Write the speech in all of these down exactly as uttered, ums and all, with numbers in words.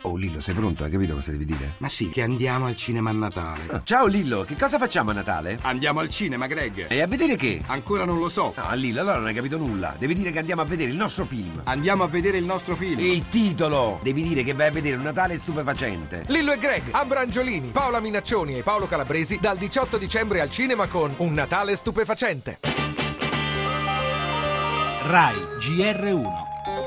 Oh Lillo, sei pronto? Hai capito cosa devi dire? Ma sì, che andiamo al cinema a Natale. Ah, ciao Lillo, che cosa facciamo a Natale? Andiamo al cinema, Greg. E a vedere che? Ancora non lo so. No, Lillo, allora non hai capito nulla. Devi dire che andiamo a vedere il nostro film. Andiamo a vedere il nostro film. Il titolo! Devi dire che vai a vedere un Natale stupefacente. Lillo e Greg, Abrangiolini, Paola Minaccioni e Paolo Calabresi dal diciotto dicembre al cinema con Un Natale stupefacente. Rai G R uno.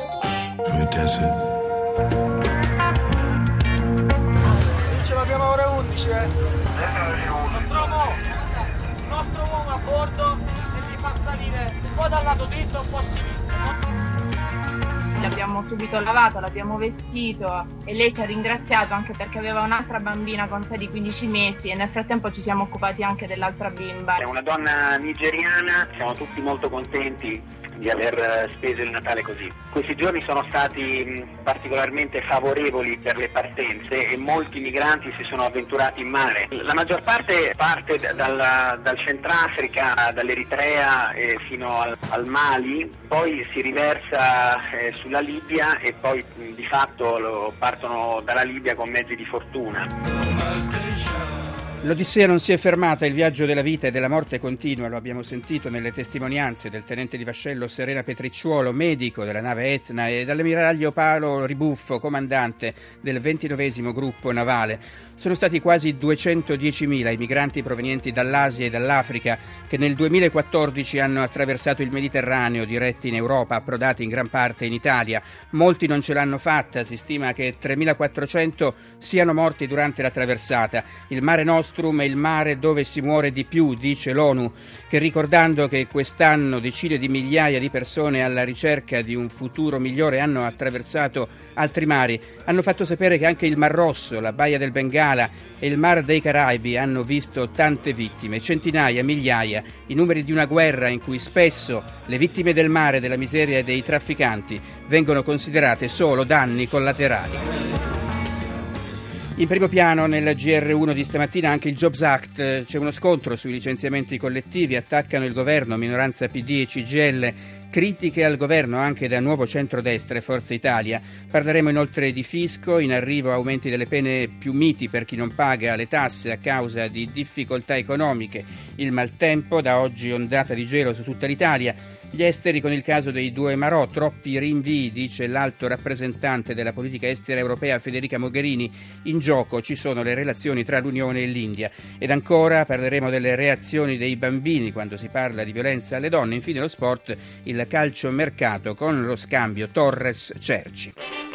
Ce l'abbiamo ora undici, eh? Il nostro uomo, il nostro uomo a bordo e li fa salire un po' dal lato dritto, un po' a sinistra. L'abbiamo subito lavato, l'abbiamo vestito e lei ci ha ringraziato anche perché aveva un'altra bambina con sé di quindici mesi e nel frattempo ci siamo occupati anche dell'altra bimba. È una donna nigeriana, siamo tutti molto contenti di aver speso il Natale così. Questi giorni sono stati particolarmente favorevoli per le partenze e molti migranti si sono avventurati in mare. La maggior parte parte dal, dal Centrafrica, dall'Eritrea eh, fino al, al Mali, poi si riversa eh, sulla Libia e poi di fatto lo, partono dalla Libia con mezzi di fortuna. L'Odissea non si è fermata, il viaggio della vita e della morte continua, lo abbiamo sentito nelle testimonianze del tenente di vascello Serena Petricciuolo, medico della nave Etna, e dall'ammiraglio Paolo Ribuffo, comandante del ventinovesimo gruppo navale. Sono stati quasi duecentodiecimila i migranti provenienti dall'Asia e dall'Africa che nel duemilaquattordici hanno attraversato il Mediterraneo, diretti in Europa, approdati in gran parte in Italia. Molti non ce l'hanno fatta, si stima che tremilaquattrocento siano morti durante la traversata. Il Mare Nostrum è il mare dove si muore di più, dice l'ONU, che ricordando che quest'anno decine di migliaia di persone alla ricerca di un futuro migliore hanno attraversato altri mari, hanno fatto sapere che anche il Mar Rosso, la Baia del Bengala e il Mar dei Caraibi hanno visto tante vittime, centinaia, migliaia, i numeri di una guerra in cui spesso le vittime del mare, della miseria e dei trafficanti vengono considerate solo danni collaterali. In primo piano nel G R uno di stamattina anche il Jobs Act, c'è uno scontro sui licenziamenti collettivi, attaccano il governo, minoranza P D e C G I L, critiche al governo anche da Nuovo Centrodestra e Forza Italia. Parleremo inoltre di fisco, in arrivo aumenti delle pene più miti per chi non paga le tasse a causa di difficoltà economiche, il maltempo, da oggi ondata di gelo su tutta l'Italia, gli esteri con il caso dei due Marò, troppi rinvii, dice l'alto rappresentante della politica estera europea Federica Mogherini, in gioco ci sono le relazioni tra l'Unione e l'India. Ed ancora parleremo delle reazioni dei bambini quando si parla di violenza alle donne. Infine lo sport, il calciomercato con lo scambio Torres-Cerci.